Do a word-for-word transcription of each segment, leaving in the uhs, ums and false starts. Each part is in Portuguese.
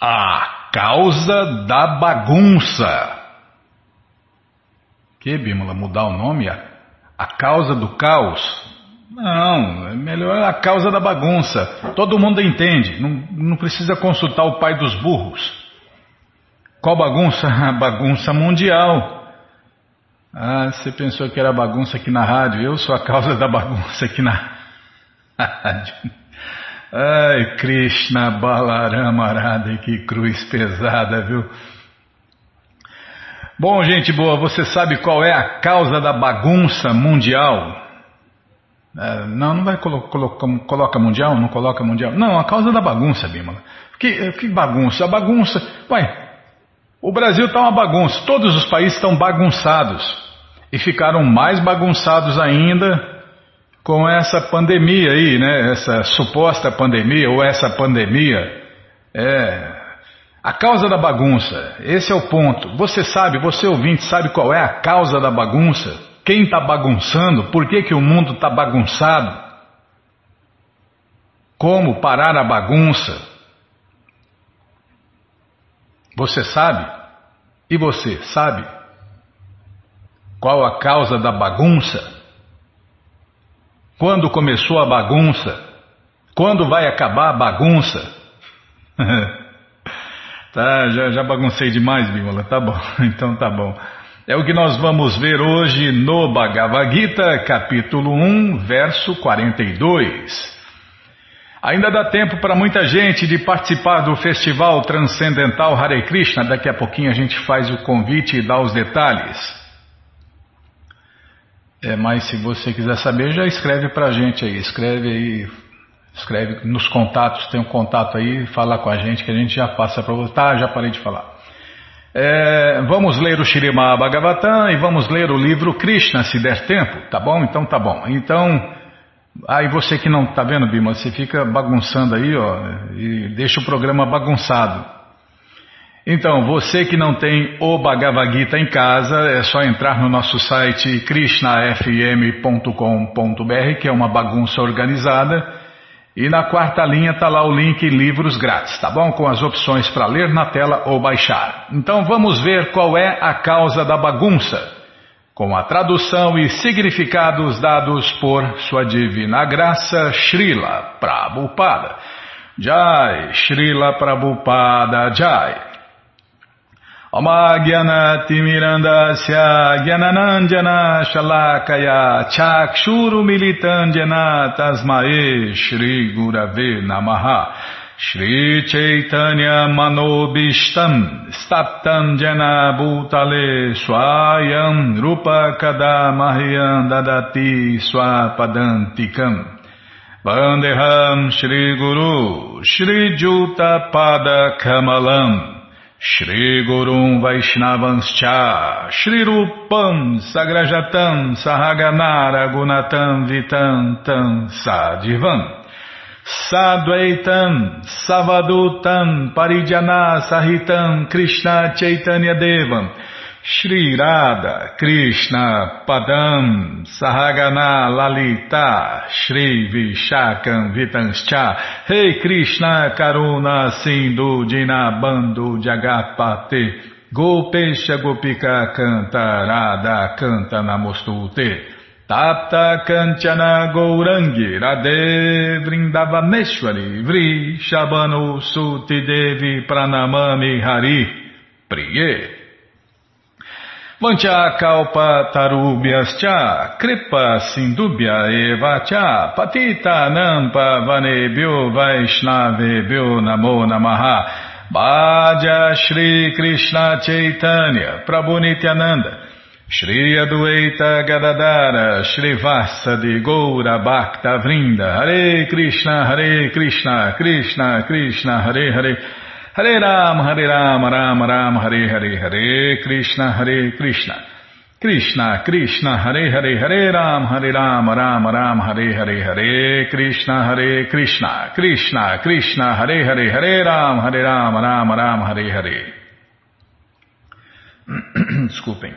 A causa da bagunça. Que, Bímola, mudar o nome? A, a causa do caos? Não, é melhor a causa da bagunça. Todo mundo entende, não, não precisa consultar o pai dos burros. Qual bagunça? A bagunça mundial. Ah, você pensou que era bagunça aqui na rádio? Eu sou a causa da bagunça aqui na rádio. Ai, Krishna Balarama Arada, que cruz pesada, viu? Bom, gente boa, você sabe qual é a causa da bagunça mundial? É, não, não vai colocar colo, coloca mundial, não coloca mundial. Não, a causa da bagunça, Bímola. Que, que bagunça? A bagunça... Ué, o Brasil está uma bagunça, todos os países estão bagunçados. E ficaram mais bagunçados ainda com essa pandemia aí, né? Essa suposta pandemia ou essa pandemia. É... A causa da bagunça, esse é o ponto. Você sabe, você ouvinte, sabe qual é a causa da bagunça? Quem está bagunçando? Por que, que o mundo está bagunçado? Como parar a bagunça? Você sabe? E você sabe? Qual a causa da bagunça? Quando começou a bagunça? Quando vai acabar a bagunça? Tá, já, já baguncei demais, Bímola, tá bom, então tá bom. É o que nós vamos ver hoje no Bhagavad Gita, capítulo um, verso quarenta e dois. Ainda dá tempo para muita gente de participar do Festival Transcendental Hare Krishna, daqui a pouquinho a gente faz o convite e dá os detalhes. É, mas se você quiser saber, já escreve pra gente aí, escreve aí... Escreve nos contatos, tem um contato aí, fala com a gente que a gente já passa para você. Tá, já parei de falar. É, vamos ler o Śrīmad Bhagavatam e vamos ler o livro Krishna, se der tempo, tá bom? Então tá bom. Então, aí você que não tá vendo, Bima, você fica bagunçando aí, ó, e deixa o programa bagunçado. Então, você que não tem o Bhagavad Gita em casa, é só entrar no nosso site krishna f m ponto com ponto b r, que é uma bagunça organizada. E na quarta linha está lá o link livros grátis, tá bom? Com as opções para ler na tela ou baixar. Então vamos ver qual é a causa da bagunça, com a tradução e significados dados por Sua Divina Graça, Srila Prabhupada. Jai, Srila Prabhupada Jai. Oma Gyanati Mirandasya Gyananandjana Shalakaya Chakshuru Militandjana Tasmae Shri Gurave Namaha Shri Chaitanya Manobishtam Staptam Jana Bhutale Swayam Rupa Kadamahyam Dadati Swapadantikam Bandeham Shri Guru Shri Juta Pada Kamalam Shri Gurum Vaishnavanscha Shri Rupam Sagrajatam Sahaganara Gunatam Vitantam Sadivam Sadvaitam Savadutam Parijana Sahitam Krishna Chaitanya Devam Shri Radha Krishna Padam Sahagana Lalita Shri Vishakam Vitanscha Rei Krishna Karuna Sindhu Dinabando Jagapate Gopesha Gopika Canta Radha Canta Namostute Tapta Kanchana Gourangi Radhe Vrindavaneshwari Vri Shabano Suti Devi Pranamami Hari Priye Vancha kalpa tarubhyascha kripa sindubhya evacha patita nampa vanebhyo vaishnavebhyo namo namaha Bhaja Shri Krishna Chaitanya Prabhu Nityananda Shri Adwaita Gadadara Shri Vasadi Goura Bhakta Vrinda Hare Krishna Hare Krishna Krishna Krishna Hare Hare Hare Ram, Hare Ram, Ram Ram, Hare Hare, Hare Krishna, Hare Krishna, Krishna, Krishna, Hare Hare, Hare Ram, Hare Ram, Ram Ram, Hare Hare, Hare Krishna, Hare Krishna, Krishna, Krishna, Hare Hare, Hare Ram, Hare Ram, Ram Ram, Hare Hare. Desculpem.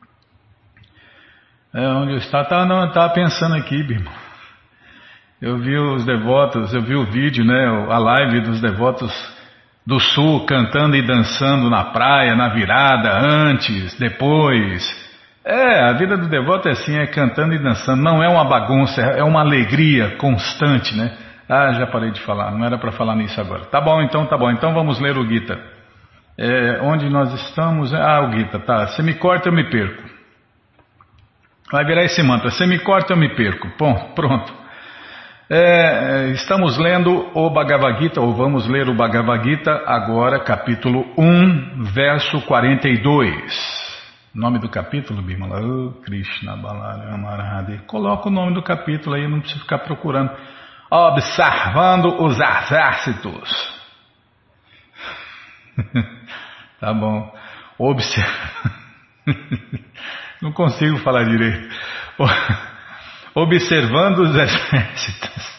É onde eu estava, tá, não, estava pensando aqui, Bima. Eu vi os devotos, eu vi o vídeo, né, a live dos devotos do sul cantando e dançando na praia, na virada, antes, depois. É, a vida do devoto é assim, é cantando e dançando, não é uma bagunça, é uma alegria constante, né? Ah, já parei de falar, não era para falar nisso agora. Tá bom, então, tá bom, então vamos ler o Gita. É, onde nós estamos? Ah, o Gita, tá. Você me corta, eu me perco. Vai virar esse mantra, você me corta, eu me perco. Bom, pronto. É, estamos lendo o Bhagavad Gita, ou vamos ler o Bhagavad Gita agora, capítulo um, verso quarenta e dois. Nome do capítulo, Bimala? Oh, Krishna Balarama Radhe. Coloca o nome do capítulo aí, não precisa ficar procurando. Observando os exércitos. Tá bom. Observa. Não consigo falar direito. Observando os exércitos.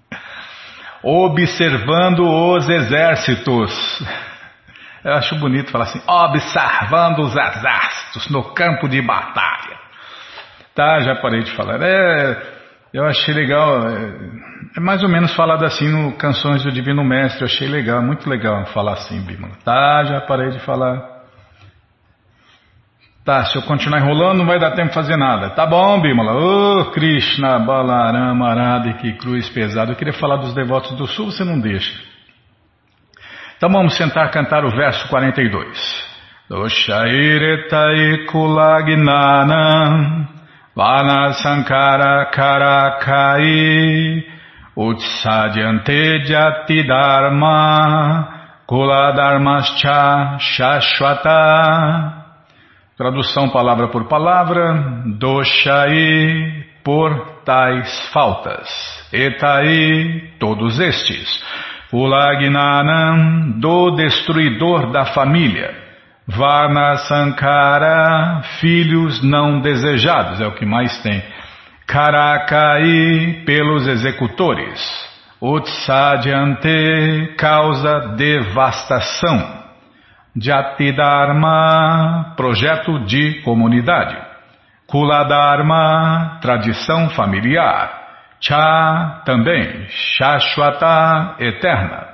Observando os exércitos. Eu acho bonito falar assim, observando os exércitos no campo de batalha. Tá, já parei de falar. É, eu achei legal, é, é mais ou menos falado assim no Canções do Divino Mestre, eu achei legal, muito legal falar assim, Bimala. Tá, já parei de falar. Tá, se eu continuar enrolando não vai dar tempo de fazer nada. Tá bom, Bimala. Ô, oh, Krishna, Balarama, Arada, que cruz pesada. Eu queria falar dos devotos do sul, você não deixa. Então vamos sentar cantar o verso quarenta e dois. Doshaire kulagnanam vana sankara karakai utsadyante jati dharma kuladharmascha shashvata. Tradução palavra por palavra. Doshai, por tais faltas. Etai, todos estes. Ulagnanam, do destruidor da família. Varna Sankara, filhos não desejados, é o que mais tem. Karakai, pelos executores. Utsadyante, causa devastação. Jatidharma, projeto de comunidade. Kuladharma, tradição familiar. Cha, também. Shashvata, eterna.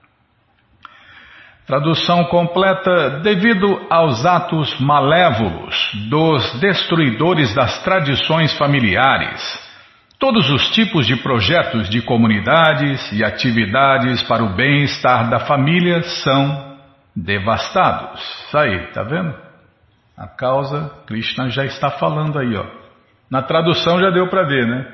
Tradução completa. Devido aos atos malévolos dos destruidores das tradições familiares, todos os tipos de projetos de comunidades e atividades para o bem-estar da família são devastados. Isso aí, tá vendo? A causa, Krishna já está falando aí, ó. Na tradução já deu para ver, né?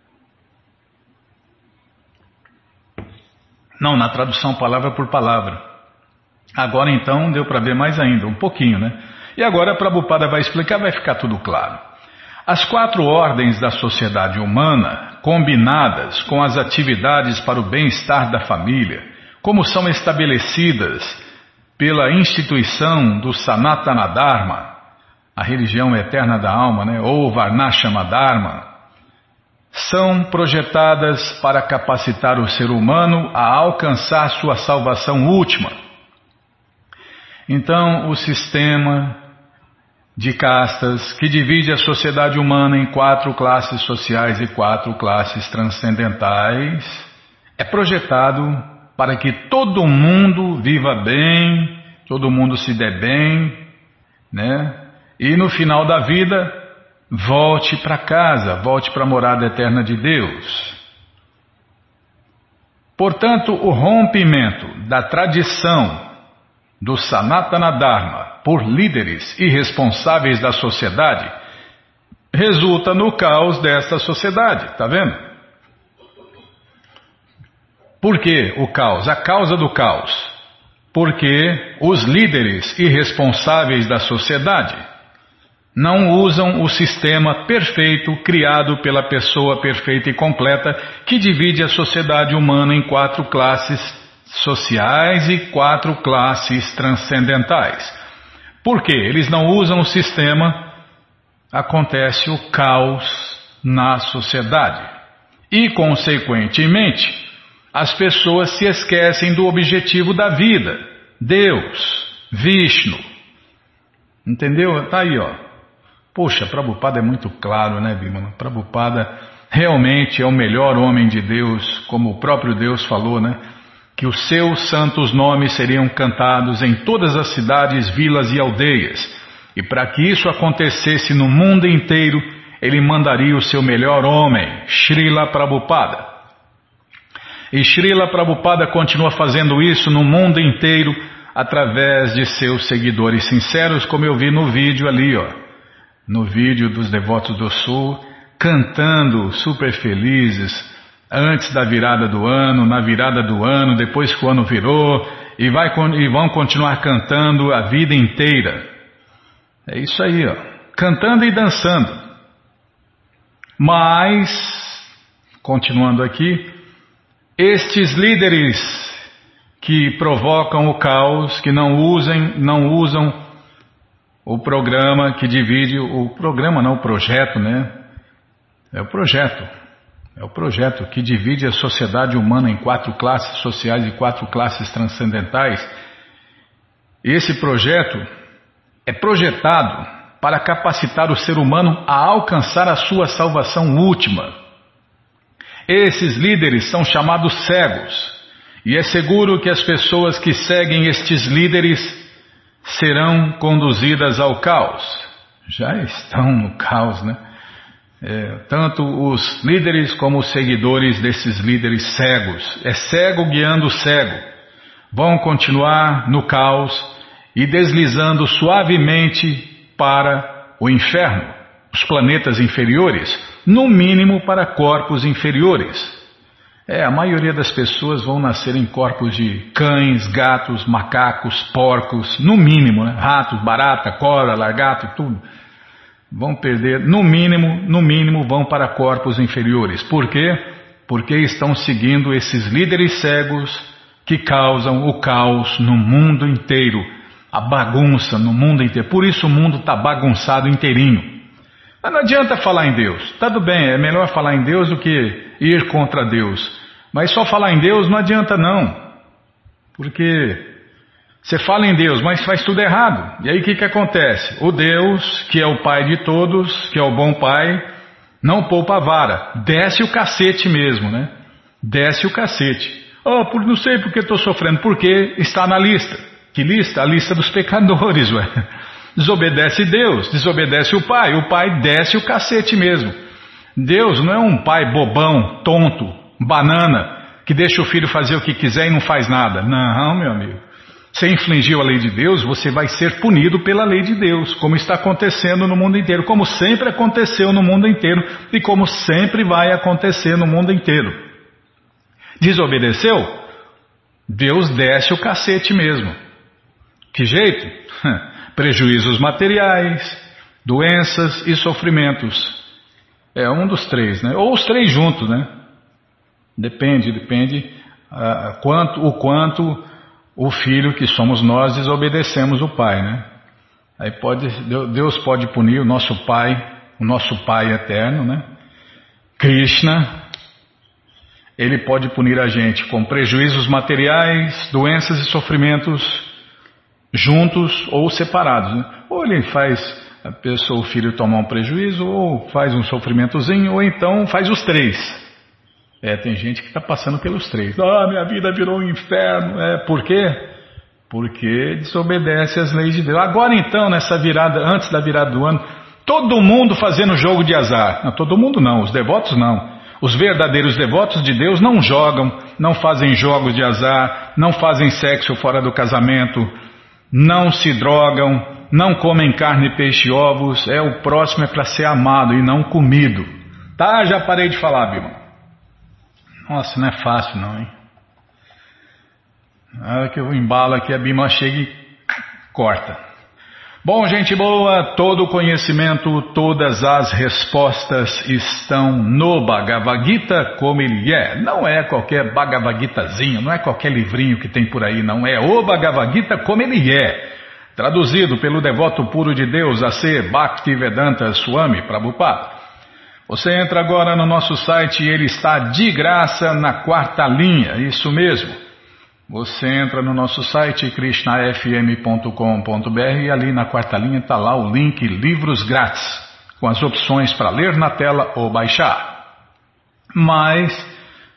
Não, na tradução palavra por palavra. Agora então deu para ver mais ainda, um pouquinho, né? E agora a Prabhupada vai explicar, vai ficar tudo claro. As quatro ordens da sociedade humana, combinadas com as atividades para o bem-estar da família, como são estabelecidas pela instituição do Sanatana Dharma, a religião eterna da alma, né? Ou Varnashama Dharma, são projetadas para capacitar o ser humano a alcançar sua salvação última. Então, o sistema de castas que divide a sociedade humana em quatro classes sociais e quatro classes transcendentais é projetado para que todo mundo viva bem, todo mundo se dê bem, né? E no final da vida volte para casa, volte para a morada eterna de Deus. Portanto, o rompimento da tradição do Sanatana Dharma por líderes irresponsáveis da sociedade resulta no caos desta sociedade, tá vendo? Por que o caos? A causa do caos. Porque os líderes irresponsáveis da sociedade não usam o sistema perfeito criado pela pessoa perfeita e completa que divide a sociedade humana em quatro classes sociais e quatro classes transcendentais. Por que eles não usam o sistema? Acontece o caos na sociedade. E, consequentemente, as pessoas se esquecem do objetivo da vida, Deus, Vishnu. Entendeu? Tá aí, ó. Poxa, Prabhupada é muito claro, né, Bimala? Prabhupada realmente é o melhor homem de Deus, como o próprio Deus falou, né? que os seus santos nomes seriam cantados em todas as cidades, vilas e aldeias. E para que isso acontecesse no mundo inteiro, ele mandaria o seu melhor homem, Srila Prabhupada. E Srila Prabhupada continua fazendo isso no mundo inteiro, através de seus seguidores sinceros, como eu vi no vídeo ali, ó, no vídeo dos Devotos do Sul, cantando super felizes, antes da virada do ano, na virada do ano, depois que o ano virou, e, vai, e vão continuar cantando a vida inteira. É isso aí, ó, cantando e dançando. Mas, continuando aqui, estes líderes que provocam o caos, que não usem, não usam o programa que divide, o programa não, o projeto, né? É o projeto, é o projeto que divide a sociedade humana em quatro classes sociais e quatro classes transcendentais. Esse projeto é projetado para capacitar o ser humano a alcançar a sua salvação última. Esses líderes são chamados cegos. E é seguro que as pessoas que seguem estes líderes serão conduzidas ao caos. Já estão no caos, né? É, tanto os líderes como os seguidores desses líderes cegos. É cego guiando cego. Vão continuar no caos e deslizando suavemente para o inferno, os planetas inferiores, no mínimo para corpos inferiores. É, a maioria das pessoas vão nascer em corpos de cães, gatos, macacos, porcos, no mínimo, né? Ratos, barata, cobra, lagarto e tudo. Vão perder, no mínimo, no mínimo, vão para corpos inferiores. Por quê? Porque estão seguindo esses líderes cegos que causam o caos no mundo inteiro, a bagunça no mundo inteiro. Por isso o mundo está bagunçado inteirinho. Mas não adianta falar em Deus. Tá tudo bem, é melhor falar em Deus do que ir contra Deus. Mas só falar em Deus não adianta não. Porque você fala em Deus, mas faz tudo errado. E aí o que, que acontece? O Deus, que é o Pai de todos, que é o bom Pai, não poupa a vara. Desce o cacete mesmo, né? Desce o cacete. Oh, por, não sei porque estou sofrendo. Porque está na lista. Que lista? A lista dos pecadores, ué. Desobedece Deus, desobedece o Pai. O Pai desce o cacete mesmo. Deus não é um pai bobão, tonto, banana, que deixa o filho fazer o que quiser e não faz nada. Não, meu amigo. Você infringiu a lei de Deus, você vai ser punido pela lei de Deus, como está acontecendo no mundo inteiro, como sempre aconteceu no mundo inteiro e como sempre vai acontecer no mundo inteiro. Desobedeceu? Deus desce o cacete mesmo. Que jeito? Prejuízos materiais, doenças e sofrimentos. É um dos três, né? Ou os três juntos, né? Depende, depende uh, quanto, o quanto o filho que somos nós desobedecemos o pai, né? Aí pode, Deus pode punir o nosso pai, o nosso pai eterno, né? Krishna, ele pode punir a gente com prejuízos materiais, doenças e sofrimentos juntos ou separados, né? Ou ele faz a pessoa, o filho tomar um prejuízo, ou faz um sofrimentozinho, ou então faz os três. É, tem gente que está passando pelos três. Ah, minha vida virou um inferno. É, por quê? Porque desobedece às leis de Deus. Agora então, nessa virada, antes da virada do ano, todo mundo fazendo jogo de azar. Não, todo mundo não, os devotos não. Os verdadeiros devotos de Deus não jogam, não fazem jogos de azar, não fazem sexo fora do casamento, não se drogam, não comem carne, peixe e ovos. É, o próximo é para ser amado e não comido. Tá, já parei de falar, Bima. Nossa, não é fácil não, hein? Na hora que eu embalo aqui, a Bima chega e corta. Bom, gente boa, todo o conhecimento, todas as respostas estão no Bhagavad Gita como ele é. Não é qualquer Bhagavad Gitazinho, não é qualquer livrinho que tem por aí, não. É o Bhagavad Gita como ele é. Traduzido pelo devoto puro de Deus, a ser Bhaktivedanta Swami Prabhupada. Você entra agora no nosso site e ele está de graça na quarta linha, isso mesmo. Você entra no nosso site krishna f m ponto com ponto b r e ali na quarta linha está lá o link Livros Grátis, com as opções para ler na tela ou baixar. Mas,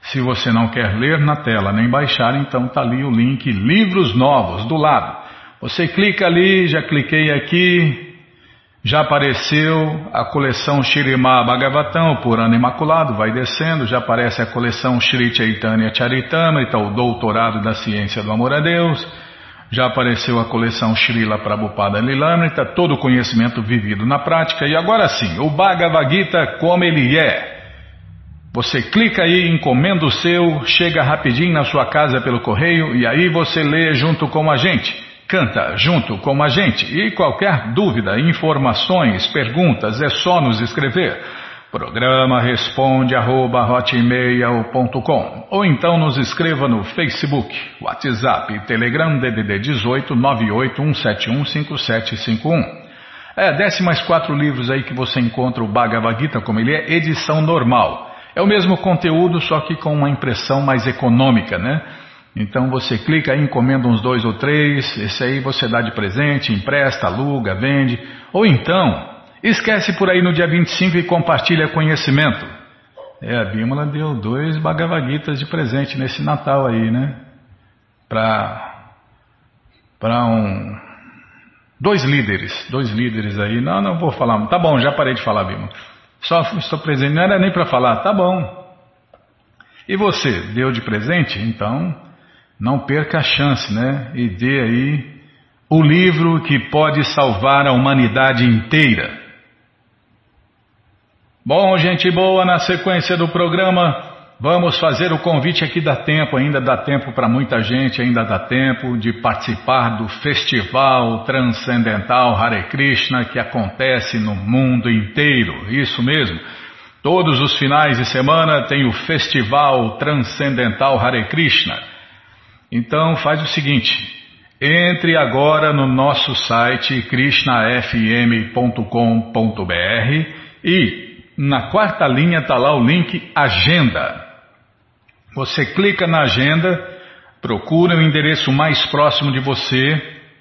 Se você não quer ler na tela nem baixar, então está ali o link Livros Novos do lado. Você clica ali, já cliquei aqui, já apareceu a coleção Śrīmad Bhagavatam, o Purana Imaculado, vai descendo, já aparece a coleção Shri Chaitanya Charitamrita, o Doutorado da Ciência do Amor a Deus, já apareceu a coleção Srila Prabhupada Lilamrita, todo o conhecimento vivido na prática, e agora sim, o Bhagavad Gita como ele é. Você clica aí, encomenda o seu, chega rapidinho na sua casa pelo correio e aí você lê junto com a gente, canta junto com a gente. E qualquer dúvida, informações, perguntas, é só nos escrever. Programa responde arroba hotmail ponto com ou então nos escreva no Facebook, WhatsApp, Telegram D D D dezoito nove oito um sete um cinco sete cinco um. É, desce mais quatro livros aí que você encontra o Bhagavad Gita como ele é, edição normal. É o mesmo conteúdo, só que com uma impressão mais econômica, né? Então você clica aí, encomenda uns dois ou três, esse aí você dá de presente, empresta, aluga, vende. Ou então, esquece por aí no dia vinte e cinco e compartilha conhecimento. É, a Bímola deu dois Bhagavad Gitas de presente nesse Natal aí, né? Para para um... Dois líderes, dois líderes aí. Não, não vou falar. Tá bom, já parei de falar, Bímola. Só estou presente, não era nem para falar, tá bom. E você, deu de presente? Então, não perca a chance, né? E dê aí o livro que pode salvar a humanidade inteira. Bom, gente boa, na sequência do programa, vamos fazer o convite aqui, dá tempo, ainda dá tempo para muita gente, ainda dá tempo de participar do Festival Transcendental Hare Krishna que acontece no mundo inteiro, isso mesmo. Todos os finais de semana tem o Festival Transcendental Hare Krishna. Então faz o seguinte, entre agora no nosso site krishna f m ponto com ponto b r e na quarta linha está lá o link Agenda. Você clica na agenda, procura o endereço mais próximo de você.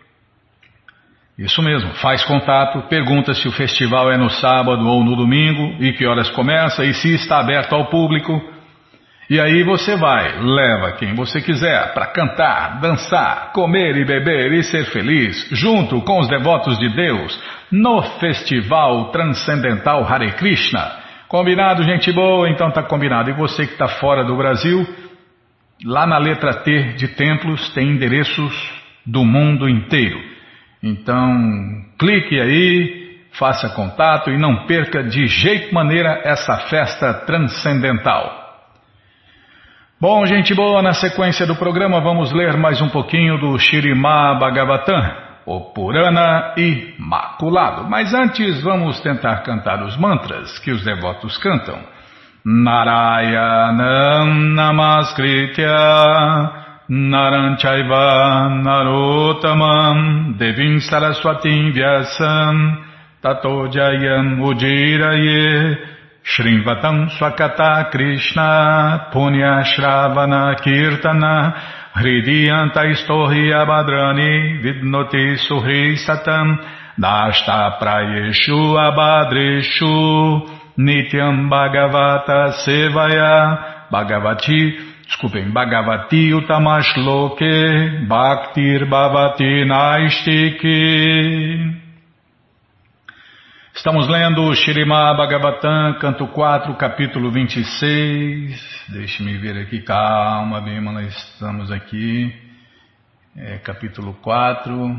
Isso mesmo, faz contato, pergunta se o festival é no sábado ou no domingo e que horas começa e se está aberto ao público. E aí você vai, leva quem você quiser para cantar, dançar, comer e beber e ser feliz, junto com os devotos de Deus, no Festival Transcendental Hare Krishna. Combinado, gente boa? Então tá combinado. E você que está fora do Brasil, lá na letra T de templos tem endereços do mundo inteiro. Então clique aí, faça contato e não perca de jeito maneira essa festa transcendental. Bom, gente boa, na sequência do programa vamos ler mais um pouquinho do Śrīmad Bhagavatam, o Purana Imaculado. Mas antes vamos tentar cantar os mantras que os devotos cantam. Narayanam Namaskritya Naram Chaiva Narottamam Devim Saraswatim Vyasam Tato Jayam Ujiraye Shrivatam Swakata Krishna Punya Shravana Kirtana Hridiyanta Istohi Abadrani Vidnoti Suhri Satam Dashta Prayeshu Abadreshu Nityam Bhagavata Sevaya Bhagavati, desculpem, Bhagavati Utamashloke Bhaktir Bhavati Naistiki. Estamos lendo o Śrīmad Bhagavatam, canto quatro, capítulo vinte e seis. Deixe-me ver aqui, calma, Bímola, estamos aqui. É, capítulo quatro.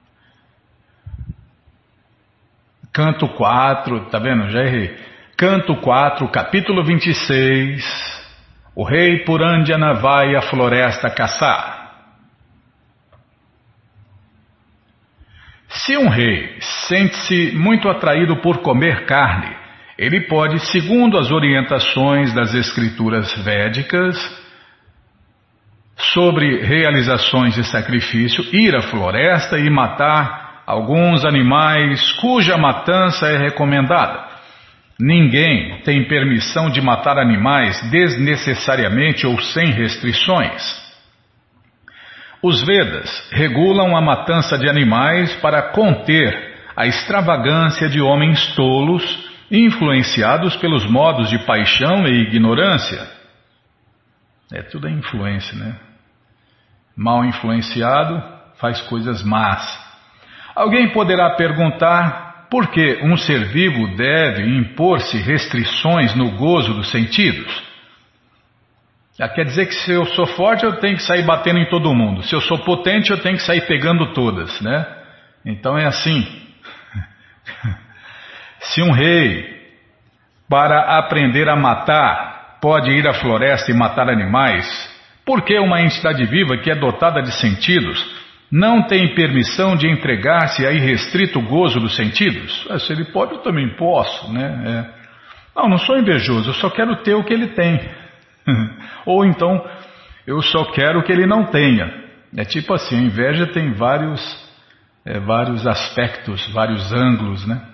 Canto quatro, tá vendo? Já errei. Canto quatro, capítulo vinte e seis. O rei Purandjana vai à floresta caçar. Se um rei sente-se muito atraído por comer carne, ele pode, segundo as orientações das escrituras védicas sobre realizações de sacrifício, ir à floresta e matar alguns animais cuja matança é recomendada. Ninguém tem permissão de matar animais desnecessariamente ou sem restrições. Os Vedas regulam a matança de animais para conter a extravagância de homens tolos, influenciados pelos modos de paixão e ignorância. É tudo a influência, né? Mal influenciado faz coisas más. Alguém poderá perguntar por que um ser vivo deve impor-se restrições no gozo dos sentidos? Já quer dizer que se eu sou forte eu tenho que sair batendo em todo mundo. Se eu sou potente eu tenho que sair pegando todas, né? Então é assim. Se um rei, para aprender a matar, pode ir à floresta e matar animais, por que uma entidade viva que é dotada de sentidos não tem permissão de entregar-se a irrestrito gozo dos sentidos? Se ele pode, eu também posso, né? É. Não, não sou invejoso, eu só quero ter o que ele tem. Ou então, eu só quero o que ele não tenha. É tipo assim, a inveja tem vários, é, vários aspectos, vários ângulos, né?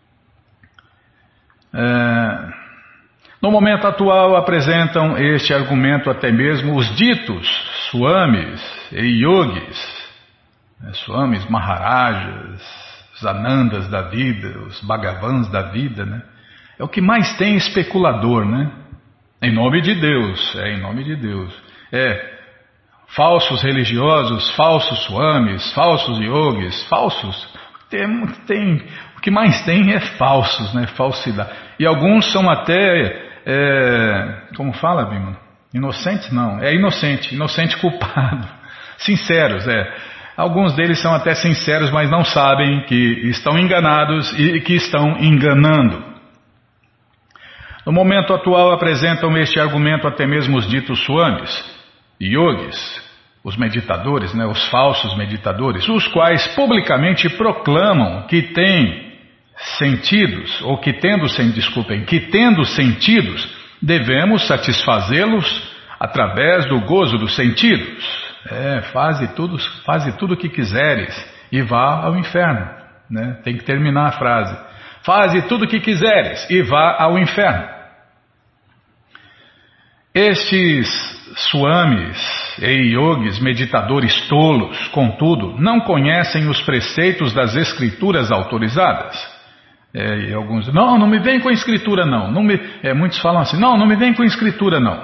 É, no momento atual apresentam este argumento até mesmo os ditos swamis e yogis, né, swamis, maharajas, os anandas da vida, os bhagavans da vida, né? É o que mais tem especulador, né? Em nome de Deus, é em nome de Deus. É, falsos religiosos, falsos swamis, falsos yogis, falsos. Tem, tem, o que mais tem é falsos, né? Falsidade. E alguns são até, é, como fala, Bima? Inocentes não, é inocente, inocente culpado. Sinceros, é. Alguns deles são até sinceros, mas não sabem que estão enganados e que estão enganando. No momento atual apresentam este argumento até mesmo os ditos swamis, yogis, os meditadores, né, os falsos meditadores, os quais publicamente proclamam que têm sentidos, ou que tendo, sem, desculpem, que tendo sentidos, devemos satisfazê-los através do gozo dos sentidos. É, faze tudo, faze tudo o que quiseres e vá ao inferno, né? Tem que terminar a frase. Faze tudo o que quiseres e vá ao inferno. Estes swamis e yogis, meditadores tolos, contudo, não conhecem os preceitos das escrituras autorizadas. É, e alguns, não, não me vem com escritura não. não me, é, muitos falam assim, não, não me vem com escritura não.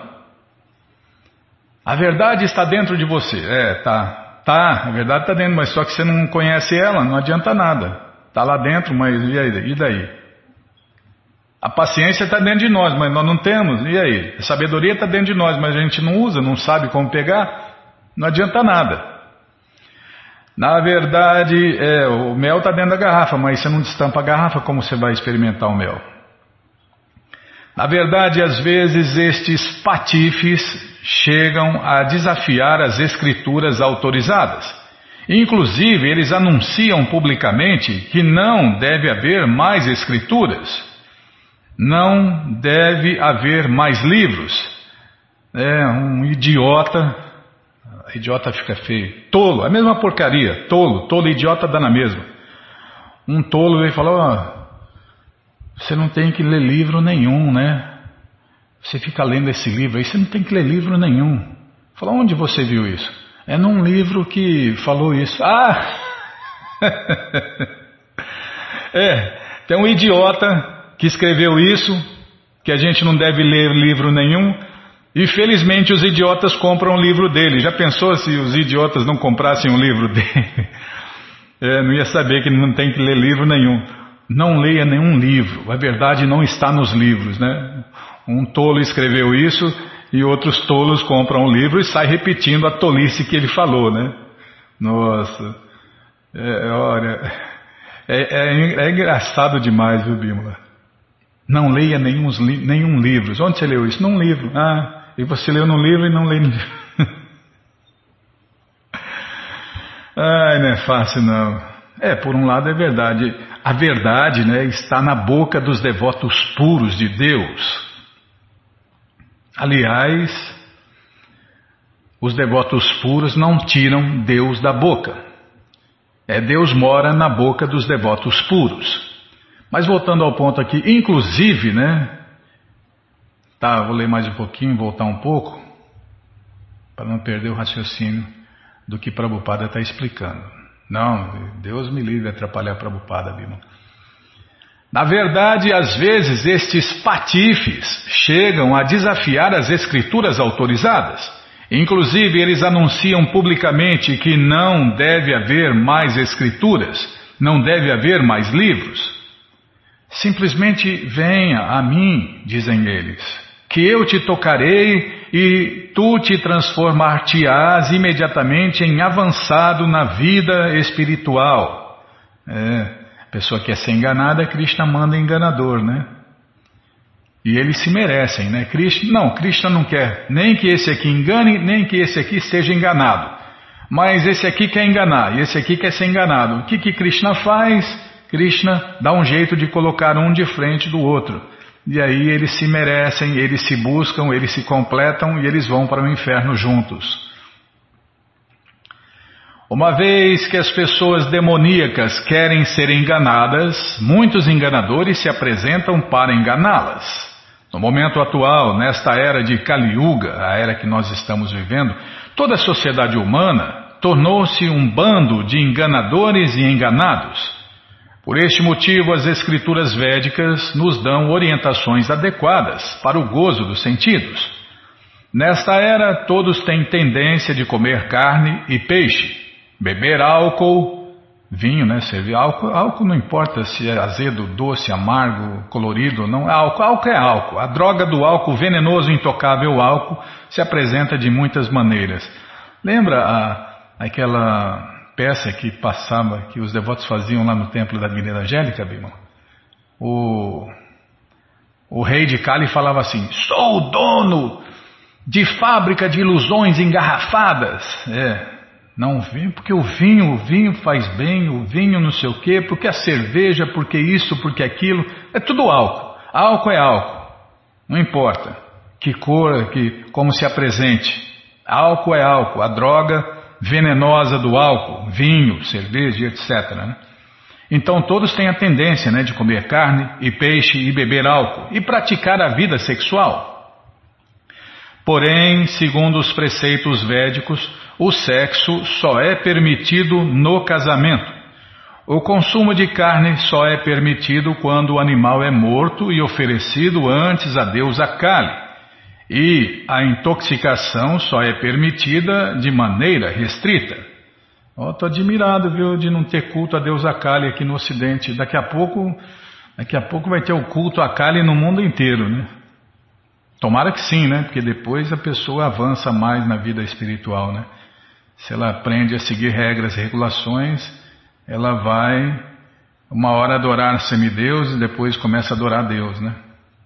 A verdade está dentro de você. É, tá, tá, a verdade está dentro, mas só que você não conhece ela, não adianta nada. Está lá dentro, mas e aí? E daí? A paciência está dentro de nós, mas nós não temos. E aí? A sabedoria está dentro de nós, mas a gente não usa, não sabe como pegar. Não adianta nada. Na verdade, é, o mel está dentro da garrafa, mas você não destampa a garrafa, como você vai experimentar o mel? Na verdade, às vezes estes patifes chegam a desafiar as escrituras autorizadas. Inclusive, eles anunciam publicamente que não deve haver mais escrituras. Não deve haver mais livros. É um idiota. Idiota fica feio. Tolo, a mesma porcaria. Tolo, tolo e idiota dá na mesma. Um tolo veio falar: oh, você não tem que ler livro nenhum, né? Você fica lendo esse livro aí, você não tem que ler livro nenhum. Fala, onde você viu isso? É num livro que falou isso. Ah! É, tem um idiota que escreveu isso, que a gente não deve ler livro nenhum, e felizmente os idiotas compram o livro dele. Já pensou se os idiotas não comprassem um livro dele? É, não ia saber que não tem que ler livro nenhum. Não leia nenhum livro, a verdade não está nos livros, né? Um tolo escreveu isso e outros tolos compram o livro e saem repetindo a tolice que ele falou, né? Nossa, é, olha, é, é, é engraçado demais, viu, Bímola? Não leia nenhum, nenhum livro. Onde você leu isso? Num livro. Ah, e você leu num livro e não leu no livro. Ai, não é fácil não. É, por um lado é verdade. A verdade, né, está na boca dos devotos puros de Deus. Aliás, os devotos puros não tiram Deus da boca. É, Deus mora na boca dos devotos puros. Mas voltando ao ponto aqui, inclusive, né? Tá, vou ler mais um pouquinho, voltar um pouco, para não perder o raciocínio do que Prabhupada está explicando. Não, Deus me livre de atrapalhar Prabhupada, Bima. Na verdade, às vezes estes patifes chegam a desafiar as escrituras autorizadas. Inclusive, eles anunciam publicamente que não deve haver mais escrituras, não deve haver mais livros. Simplesmente venha a mim, dizem eles, que eu te tocarei e tu te transformar-te-ás imediatamente em avançado na vida espiritual. É, a pessoa que quer ser enganada, Krishna manda enganador, né? E eles se merecem, né? Krishna, não, Krishna não quer nem que esse aqui engane, nem que esse aqui seja enganado. Mas esse aqui quer enganar, e esse aqui quer ser enganado. O que que Krishna faz? Krishna dá um jeito de colocar um de frente do outro. E aí eles se merecem, eles se buscam, eles se completam e eles vão para o inferno juntos. Uma vez que as pessoas demoníacas querem ser enganadas, muitos enganadores se apresentam para enganá-las. No momento atual, nesta era de Kali Yuga, a era que nós estamos vivendo, toda a sociedade humana tornou-se um bando de enganadores e enganados. Por este motivo, as escrituras védicas nos dão orientações adequadas para o gozo dos sentidos. Nesta era, todos têm tendência de comer carne e peixe, beber álcool, vinho, né? Servir álcool. Álcool não importa se é azedo, doce, amargo, colorido, não. Álcool, álcool é álcool. A droga do álcool, venenoso, intocável álcool, se apresenta de muitas maneiras. Lembra a, aquela peça que passava, que os devotos faziam lá no templo da Avenida Angélica, Bima? O, o rei de Kali falava assim: sou o dono de fábrica de ilusões engarrafadas. É. Não vinho, porque o vinho, o vinho faz bem, o vinho não sei o quê, porque a cerveja, porque isso, porque aquilo, é tudo álcool. Álcool é álcool, não importa que cor, que, como se apresente. Álcool é álcool, a droga venenosa do álcool, vinho, cerveja, etcétera, né? Então todos têm a tendência, né, de comer carne e peixe e beber álcool e praticar a vida sexual. Porém, segundo os preceitos védicos, o sexo só é permitido no casamento. O consumo de carne só é permitido quando o animal é morto e oferecido antes a deusa Kali. E a intoxicação só é permitida de maneira restrita. Estou admirado, viu, de não ter culto a deusa Kali aqui no Ocidente. Daqui a pouco, daqui a pouco vai ter o culto a Kali no mundo inteiro, né? Tomara que sim, né? Porque depois a pessoa avança mais na vida espiritual, né? Se ela aprende a seguir regras e regulações, ela vai uma hora adorar semideus e depois começa a adorar Deus, né?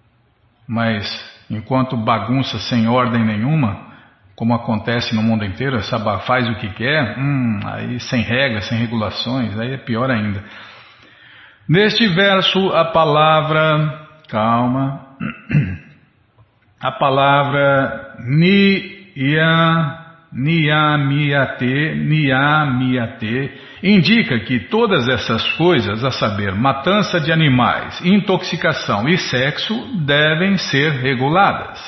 Mas enquanto bagunça sem ordem nenhuma, como acontece no mundo inteiro, essa faz o que quer, hum, aí sem regras, sem regulações, aí é pior ainda. Neste verso, a palavra, calma, a palavra niya, niyamiyate, niyamiyate, indica que todas essas coisas, a saber, matança de animais, intoxicação e sexo, devem ser reguladas.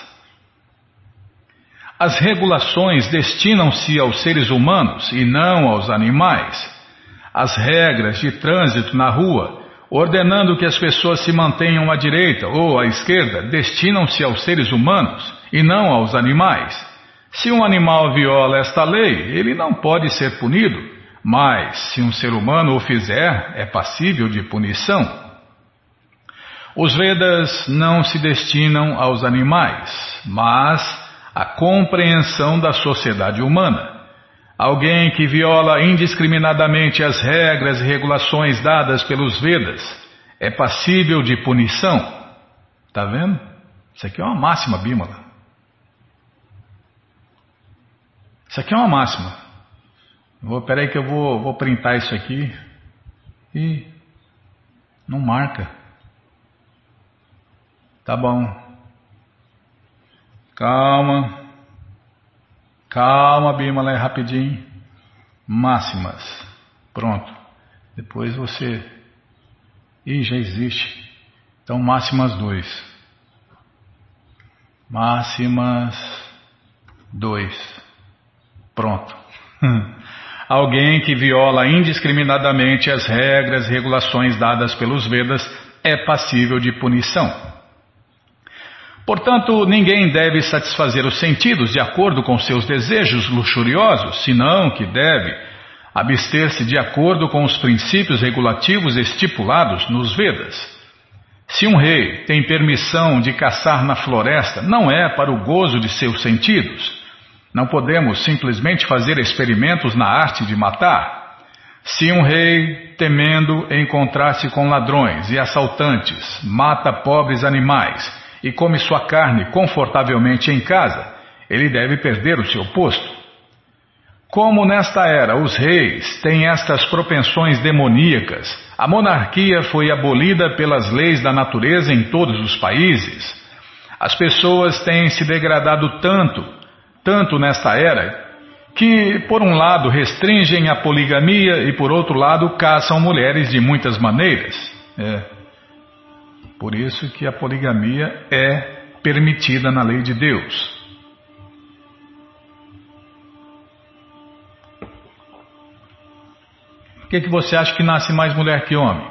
As regulações destinam-se aos seres humanos e não aos animais. As regras de trânsito na rua, ordenando que as pessoas se mantenham à direita ou à esquerda, destinam-se aos seres humanos e não aos animais. Se um animal viola esta lei, ele não pode ser punido, mas se um ser humano o fizer, é passível de punição. Os Vedas não se destinam aos animais, mas à compreensão da sociedade humana. Alguém que viola indiscriminadamente as regras e regulações dadas pelos Vedas é passível de punição. Está vendo? Isso aqui é uma máxima, Bímola. Isso aqui é uma máxima. Vou, peraí que eu vou, vou printar isso aqui. E não marca. Tá bom. Calma. Calma, Bímola, é rapidinho. Máximas. Pronto. Depois você... Ih, já existe. Então, máximas dois. Máximas dois. Pronto. Alguém que viola indiscriminadamente as regras e regulações dadas pelos Vedas é passível de punição. Portanto, ninguém deve satisfazer os sentidos de acordo com seus desejos luxuriosos, senão que deve abster-se de acordo com os princípios regulativos estipulados nos Vedas. Se um rei tem permissão de caçar na floresta, não é para o gozo de seus sentidos. Não podemos simplesmente fazer experimentos na arte de matar. Se um rei, temendo encontrar-se com ladrões e assaltantes, mata pobres animais e come sua carne confortavelmente em casa, ele deve perder o seu posto. Como nesta era os reis têm estas propensões demoníacas, a monarquia foi abolida pelas leis da natureza em todos os países. As pessoas têm se degradado tanto, tanto nesta era, que por um lado restringem a poligamia e por outro lado caçam mulheres de muitas maneiras. É. Por isso que a poligamia é permitida na lei de Deus. Por que, que você acha que nasce mais mulher que homem?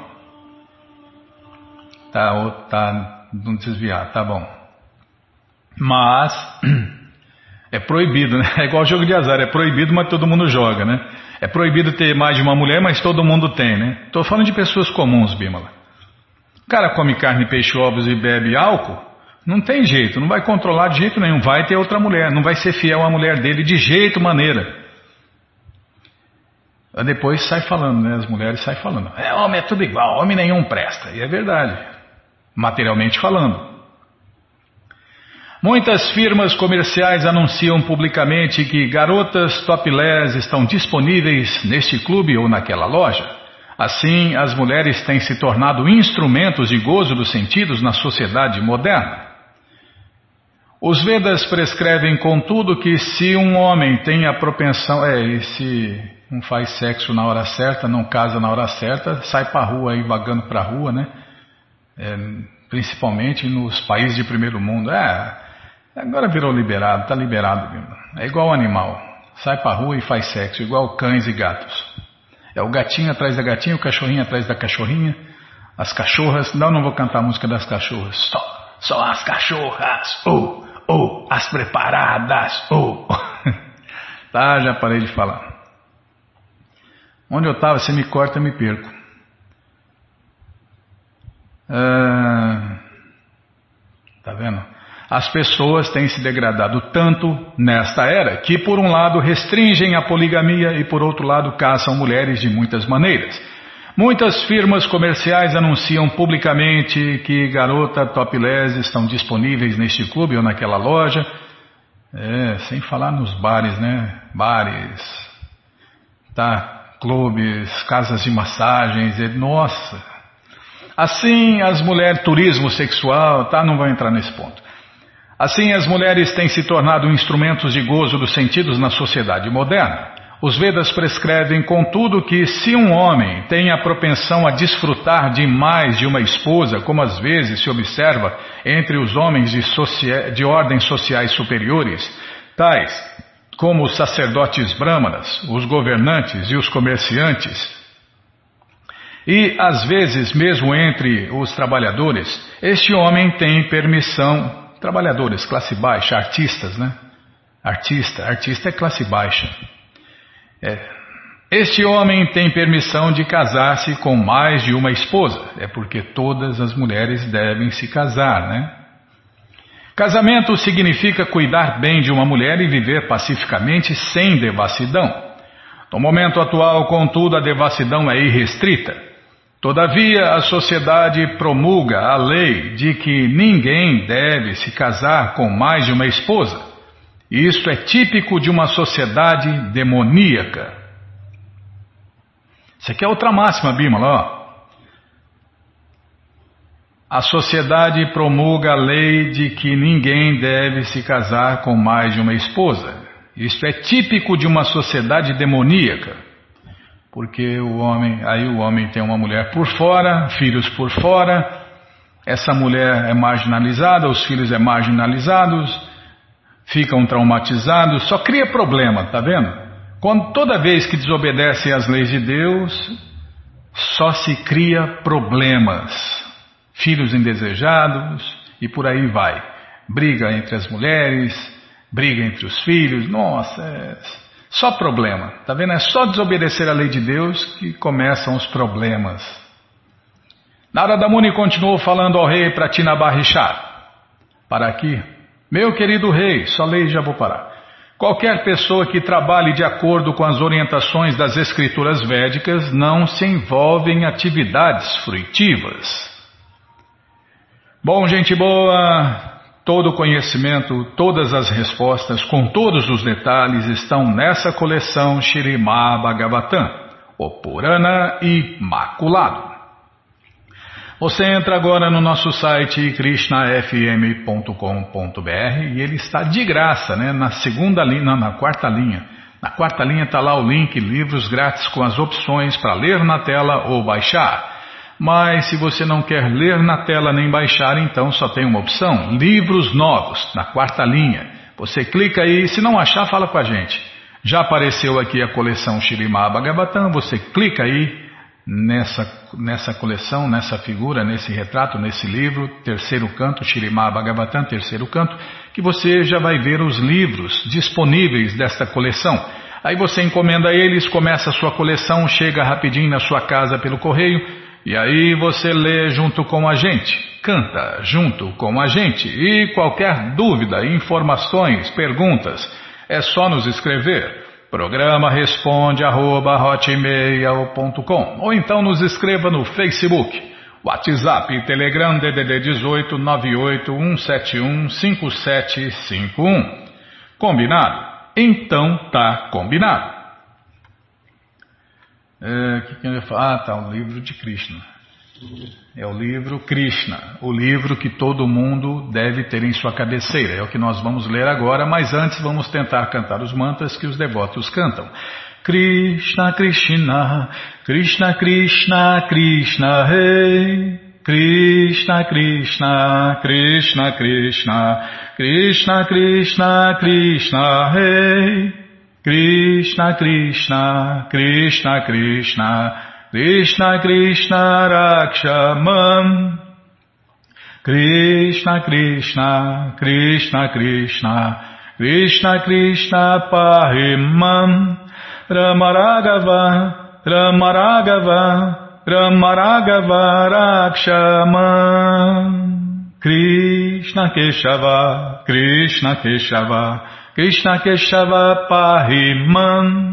Tá, tá, não desviar, tá bom. Mas é proibido, né? É igual jogo de azar, é proibido, mas todo mundo joga, né? É proibido ter mais de uma mulher, mas todo mundo tem, né? Estou falando de pessoas comuns, Bímola. O cara come carne, peixe, ovos e bebe álcool, não tem jeito, não vai controlar de jeito nenhum, vai ter outra mulher, não vai ser fiel à mulher dele de jeito maneira. Aí depois sai falando, né? As mulheres saem falando, é, homem é tudo igual, homem nenhum presta, e é verdade, materialmente falando. Muitas firmas comerciais anunciam publicamente que garotas topless estão disponíveis neste clube ou naquela loja. Assim, as mulheres têm se tornado instrumentos de gozo dos sentidos na sociedade moderna. Os Vedas prescrevem, contudo, que se um homem tem a propensão... É, e se não faz sexo na hora certa, não casa na hora certa, sai para a rua aí, vagando para a rua, né? É, principalmente nos países de primeiro mundo. É, agora virou liberado, está liberado. É igual animal. Sai para a rua e faz sexo, igual cães e gatos. É o gatinho atrás da gatinha, o cachorrinho atrás da cachorrinha, as cachorras... Não, não vou cantar a música das cachorras. Só, só as cachorras, ou, oh, ou, oh, as preparadas, ou... Oh. Tá, já parei de falar. Onde eu estava, você me corta, eu me perco. Ah, tá vendo? As pessoas têm se degradado tanto nesta era que, por um lado, restringem a poligamia e, por outro lado, caçam mulheres de muitas maneiras. Muitas firmas comerciais anunciam publicamente que garotas topless estão disponíveis neste clube ou naquela loja. É, sem falar nos bares, né? Bares, tá? Clubes, casas de massagens, e, nossa. Assim, as mulheres, turismo sexual, tá? Não vou entrar nesse ponto. Assim, as mulheres têm se tornado instrumentos de gozo dos sentidos na sociedade moderna. Os Vedas prescrevem, contudo, que se um homem tem a propensão a desfrutar de mais de uma esposa, como às vezes se observa entre os homens de, socia- de ordens sociais superiores, tais como os sacerdotes brâmanas, os governantes e os comerciantes, e às vezes mesmo entre os trabalhadores, este homem tem permissão... Trabalhadores, classe baixa, artistas, né? Artista, artista é classe baixa. É. Este homem tem permissão de casar-se com mais de uma esposa. É porque todas as mulheres devem se casar, né? Casamento significa cuidar bem de uma mulher e viver pacificamente sem devassidão. No momento atual, contudo, a devassidão é irrestrita. Todavia, a sociedade promulga a lei de que ninguém deve se casar com mais de uma esposa. Isto é típico de uma sociedade demoníaca. Isso aqui é outra máxima, Bímola, ó. A sociedade promulga a lei de que ninguém deve se casar com mais de uma esposa. Isto é típico de uma sociedade demoníaca. Porque o homem, aí o homem tem uma mulher por fora, filhos por fora, essa mulher é marginalizada, os filhos é marginalizados, ficam traumatizados, só cria problema, tá vendo? Quando toda vez que desobedecem às leis de Deus, só se cria problemas. filhos indesejados e por aí vai. Briga entre as mulheres, briga entre os filhos, nossa, é só problema, tá vendo? É só desobedecer a lei de Deus que começam os problemas. Narada Muni continuou falando ao rei Pratinabarishar. Para aqui, meu querido rei, só leio e já vou parar. Qualquer pessoa que trabalhe de acordo com as orientações das escrituras védicas não se envolve em atividades fruitivas. Bom, gente boa, todo o conhecimento, todas as respostas, com todos os detalhes, estão nessa coleção Śrīmad Bhagavatam, o Purana Imaculado. Você entra agora no nosso site krishna f m ponto com ponto b r e ele está de graça, né? Na segunda linha, não, na quarta linha. Na quarta linha está lá o link livros grátis com as opções para ler na tela ou baixar. Mas se você não quer ler na tela nem baixar, então só tem uma opção, livros novos, na quarta linha. Você clica aí, se não achar, fala com a gente. Já apareceu aqui a coleção Śrīmad Bhagavatam, você clica aí. Nessa, nessa coleção, nessa figura, nesse retrato, nesse livro, terceiro canto, Śrīmad Bhagavatam, terceiro canto, que você já vai ver os livros disponíveis desta coleção. Aí você encomenda eles, começa a sua coleção, chega rapidinho na sua casa pelo correio, e aí você lê junto com a gente, canta junto com a gente, e qualquer dúvida, informações, perguntas, é só nos escrever. Programa responde arroba hotmail ponto com ou então nos escreva no Facebook, WhatsApp e Telegram D D D dezoito nove oito um sete um cinco sete cinco um. Combinado? Então tá combinado. É, que que eu ia falar? Ah, tá, o livro de Krishna. É o livro Krishna, o livro que todo mundo deve ter em sua cabeceira. É o que nós vamos ler agora, mas antes vamos tentar cantar os mantras que os devotos cantam. Krishna, Krishna, Krishna, Krishna, Krishna, Rei. Krishna, Krishna, Krishna, Krishna, Krishna, Krishna, Krishna, Rei. Krishna, Krishna, Krishna, Krishna, Krishna, Krishna, Rakshamam. Krishna, Krishna, Krishna, Krishna, Krishna, Krishna, Pahimam. Rama Raghava, Rama Raghava, Rama Raghava, Rakshamam. Krishna Keshava, Krishna Keshava, Krishna Keshava, Pahimam.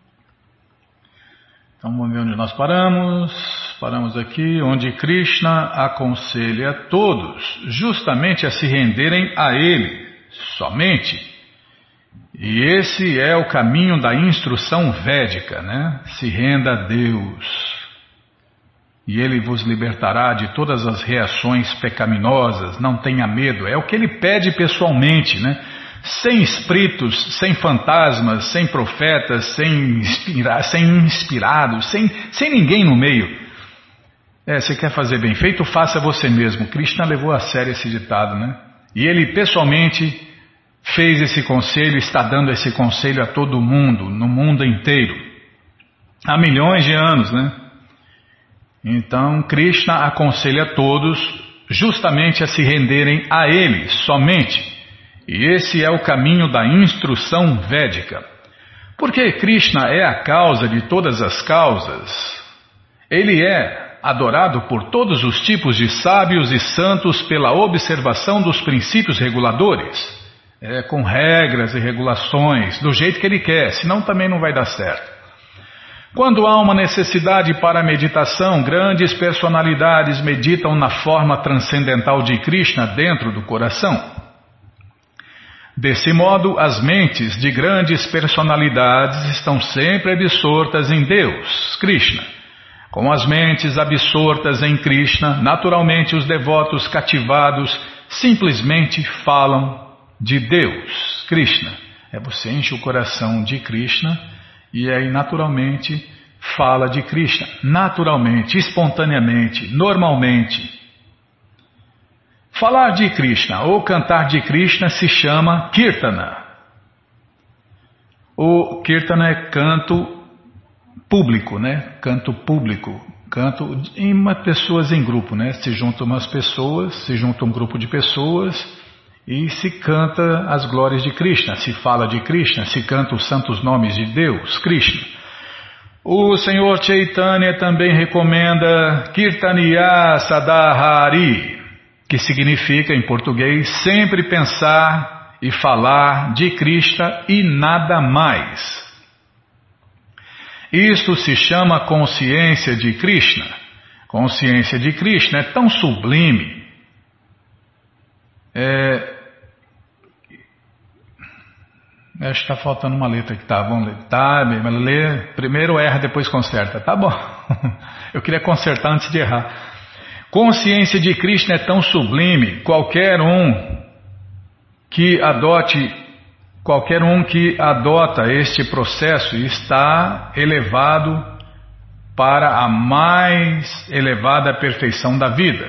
Então vamos ver onde nós paramos. Paramos aqui, onde Krishna aconselha todos justamente a se renderem a Ele, somente. E esse é o caminho da instrução védica, né? Se renda a Deus. E Ele vos libertará de todas as reações pecaminosas, não tenha medo. É o que Ele pede pessoalmente, né? Sem espíritos, sem fantasmas, sem profetas, sem, inspira, sem inspirados, sem, sem ninguém no meio. É, você quer fazer bem feito, faça você mesmo. Krishna levou a sério esse ditado, né? E ele pessoalmente fez esse conselho, está dando esse conselho a todo mundo, no mundo inteiro. Há milhões de anos, né? Então Krishna aconselha a todos justamente a se renderem a ele, somente. E esse é o caminho da instrução védica. Porque Krishna é a causa de todas as causas. Ele é adorado por todos os tipos de sábios e santos pela observação dos princípios reguladores. É, com regras e regulações, do jeito que ele quer, senão também não vai dar certo. Quando há uma necessidade para a meditação, grandes personalidades meditam na forma transcendental de Krishna dentro do coração. Desse modo, as mentes de grandes personalidades estão sempre absortas em Deus, Krishna. Com as mentes absortas em Krishna, naturalmente os devotos cativados simplesmente falam de Deus, Krishna. É, você enche o coração de Krishna e aí naturalmente fala de Krishna. Naturalmente, espontaneamente, normalmente. Falar de Krishna ou cantar de Krishna se chama Kirtana. O Kirtana é canto público, né? Canto público. canto em uma, pessoas em grupo, né? Se juntam umas pessoas, se junta um grupo de pessoas e se canta as glórias de Krishna, se fala de Krishna, se canta os santos nomes de Deus, Krishna. O Senhor Chaitanya também recomenda Kirtaniya Sadahari, que significa em português sempre pensar e falar de Krishna e nada mais. Isto se chama consciência de Krishna. Consciência de Krishna é tão sublime. É... Acho que está faltando uma letra aqui. Tá, vamos ler. Tá, lê. Primeiro erra, depois conserta. Tá bom. Eu queria consertar antes de errar. Consciência de Krishna é tão sublime. Qualquer um que adote Qualquer um que adota este processo está elevado para a mais elevada perfeição da vida.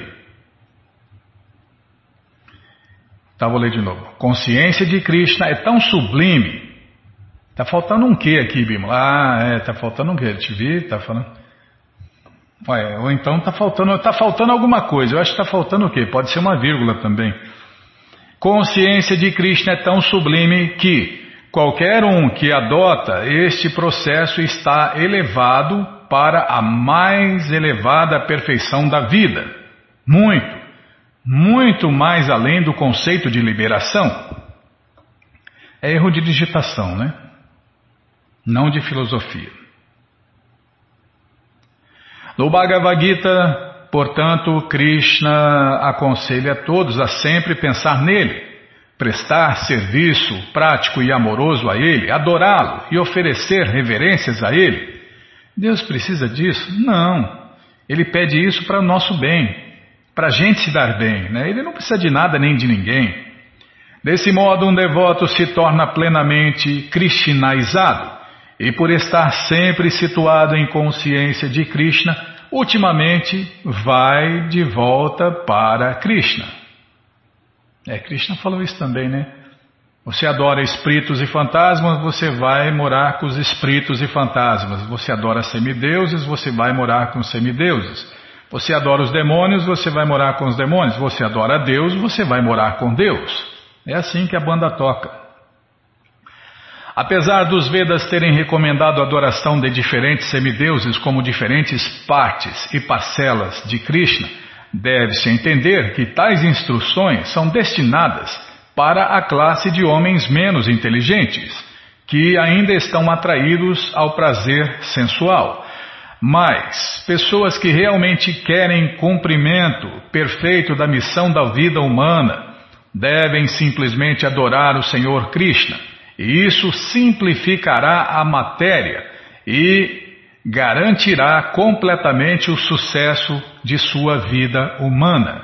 Tá, vou ler de novo. Consciência de Krishna é tão sublime. Tá faltando um quê aqui, Bimala? Ah, é, tá faltando um quê? Te vi, tá falando. Ué, ou então tá faltando, tá faltando alguma coisa. Eu acho que tá faltando o quê? Pode ser uma vírgula também. Consciência de Krishna é tão sublime que qualquer um que adota este processo está elevado para a mais elevada perfeição da vida. Muito, muito mais além do conceito de liberação. É erro de digitação, né? Não de filosofia. No Bhagavad Gita, portanto, Krishna aconselha a todos a sempre pensar nele, prestar serviço prático e amoroso a ele, adorá-lo e oferecer reverências a ele. Deus precisa disso? Não. Ele pede isso para o nosso bem, para a gente se dar bem, né? Ele não precisa de nada nem de ninguém. Desse modo, um devoto se torna plenamente krishnaizado e, por estar sempre situado em consciência de Krishna, ultimamente vai de volta para Krishna. É, Krishna falou isso também, né? Você adora espíritos e fantasmas, você vai morar com os espíritos e fantasmas. Você adora semideuses, você vai morar com os semideuses. Você adora os demônios, você vai morar com os demônios. Você adora Deus, você vai morar com Deus. É assim que a banda toca. Apesar dos Vedas terem recomendado a adoração de diferentes semideuses como diferentes partes e parcelas de Krishna, deve-se entender que tais instruções são destinadas para a classe de homens menos inteligentes, que ainda estão atraídos ao prazer sensual. Mas pessoas que realmente querem cumprimento perfeito da missão da vida humana devem simplesmente adorar o Senhor Krishna. E isso simplificará a matéria e garantirá completamente o sucesso de sua vida humana.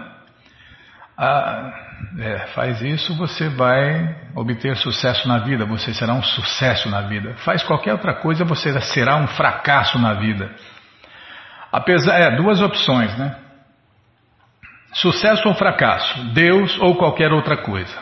Ah, é, faz isso, você vai obter sucesso na vida, você será um sucesso na vida. Faz qualquer outra coisa, você será um fracasso na vida. Apesar, é, duas opções, né? Sucesso ou fracasso, Deus ou qualquer outra coisa.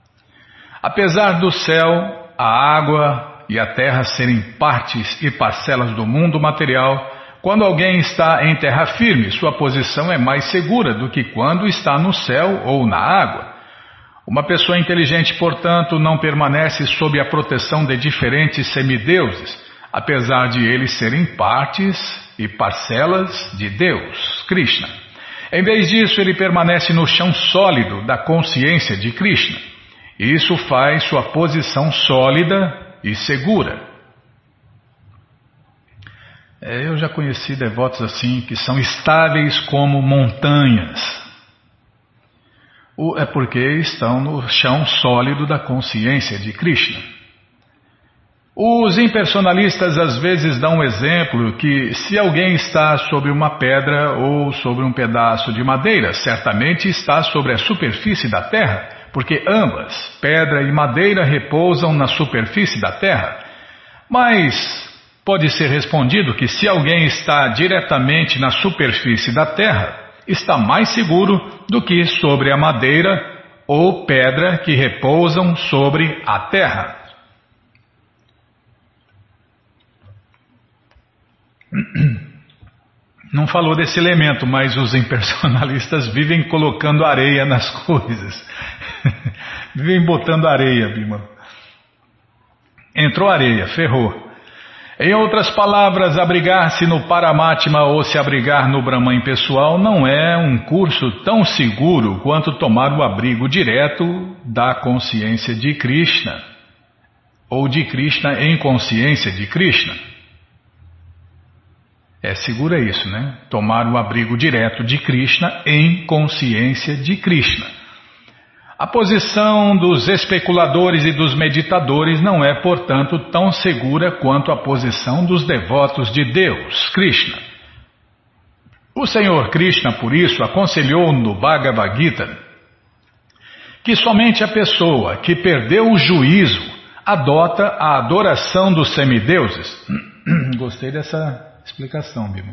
Apesar do céu, a água e a terra serem partes e parcelas do mundo material, quando alguém está em terra firme, sua posição é mais segura do que quando está no céu ou na água. Uma pessoa inteligente, portanto, não permanece sob a proteção de diferentes semideuses, apesar de eles serem partes e parcelas de Deus, Krishna. Em vez disso, ele permanece no chão sólido da consciência de Krishna. Isso faz sua posição sólida e segura. É, eu já conheci devotos assim, que são estáveis como montanhas. O, é porque estão no chão sólido da consciência de Krishna. Os impersonalistas às vezes dão um exemplo que se alguém está sobre uma pedra ou sobre um pedaço de madeira, certamente está sobre a superfície da terra, porque ambas, pedra e madeira, repousam na superfície da terra. Mas pode ser respondido que se alguém está diretamente na superfície da terra, está mais seguro do que sobre a madeira ou pedra que repousam sobre a terra. não falou desse elemento, mas os impersonalistas vivem colocando areia nas coisas. Vivem botando areia, Bima. Entrou areia, ferrou. Em outras palavras, abrigar-se no Paramatma ou se abrigar no Brahman pessoal não é um curso tão seguro quanto tomar o abrigo direto da consciência de Krishna, ou de Krishna em consciência de Krishna. É seguro é isso, né? Tomar o abrigo direto de Krishna em consciência de Krishna. A posição dos especuladores e dos meditadores não é, portanto, tão segura quanto a posição dos devotos de Deus, Krishna. O Senhor Krishna, por isso, aconselhou no Bhagavad Gita que somente a pessoa que perdeu o juízo adota a adoração dos semideuses. Gostei dessa explicação, Bima.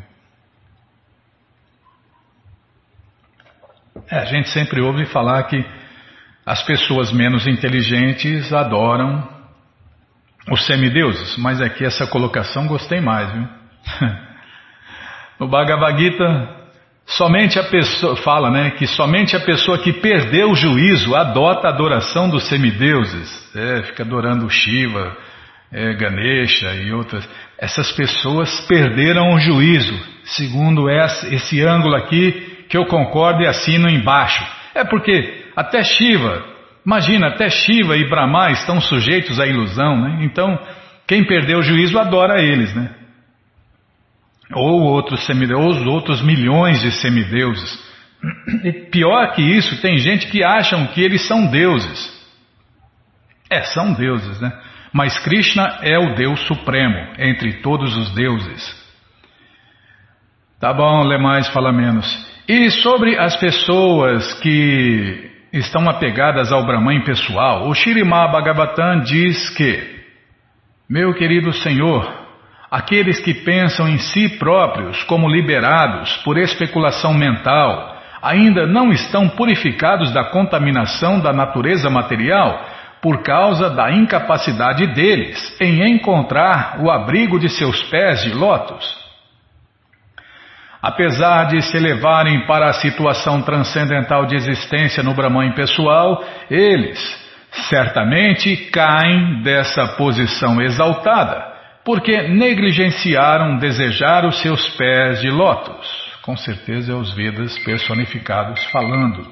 É, a gente sempre ouve falar que as pessoas menos inteligentes adoram os semideuses, mas aqui essa colocação gostei mais, viu? No Bhagavad Gita, somente a pessoa, fala, né, que somente a pessoa que perdeu o juízo adota a adoração dos semideuses, é, fica adorando Shiva, é, Ganesha e outras. Essas pessoas perderam o juízo, segundo esse, esse ângulo aqui, que eu concordo e assino embaixo. É porque até Shiva, imagina, até Shiva e Brahma estão sujeitos à ilusão, né? Então, quem perdeu o juízo adora eles, né? Ou outros semideuses, ou outros milhões de semideuses. E pior que isso, tem gente que acham que eles são deuses. É, são deuses, né? Mas Krishna é o Deus supremo entre todos os deuses. Tá bom, lê mais, fala menos. E sobre as pessoas que estão apegadas ao Brahman pessoal, o Śrīmad Bhagavatam diz que, meu querido Senhor, aqueles que pensam em si próprios como liberados por especulação mental, ainda não estão purificados da contaminação da natureza material por causa da incapacidade deles em encontrar o abrigo de seus pés de lótus. Apesar de se elevarem para a situação transcendental de existência no Brahman pessoal, eles certamente caem dessa posição exaltada, porque negligenciaram desejar os seus pés de lótus. Com certeza é os Vedas personificados falando.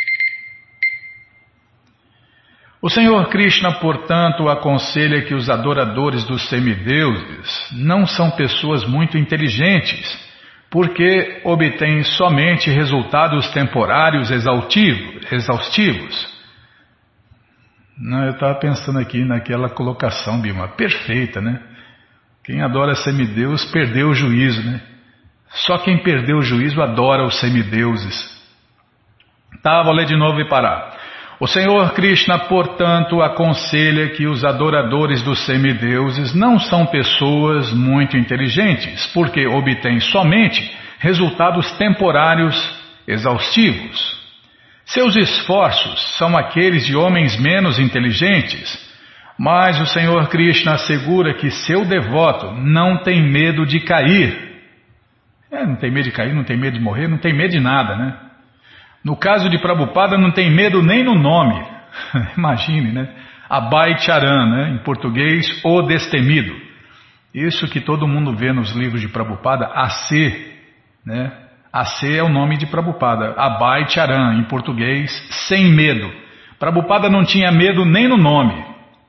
O Senhor Krishna, portanto, aconselha que os adoradores dos semideuses não são pessoas muito inteligentes, porque obtêm somente resultados temporários exaustivos. Não, eu estava pensando aqui naquela colocação, Bima, perfeita, né? Quem adora semideus perdeu o juízo, né? Só quem perdeu o juízo adora os semideuses. Tá, vou ler de novo e parar. O Senhor Krishna, portanto, aconselha que os adoradores dos semideuses não são pessoas muito inteligentes, porque obtêm somente resultados temporários exaustivos. Seus esforços são aqueles de homens menos inteligentes, mas o Senhor Krishna assegura que seu devoto não tem medo de cair. É, não tem medo de cair, não tem medo de morrer, não tem medo de nada, né? No caso de Prabhupada não tem medo nem no nome. Imagine, né? Abhay Charan, né? Em português, o destemido. Isso que todo mundo vê nos livros de Prabhupada, A C, né? A C é o nome de Prabhupada. Abhay Charan, em português, sem medo. Prabhupada não tinha medo nem no nome.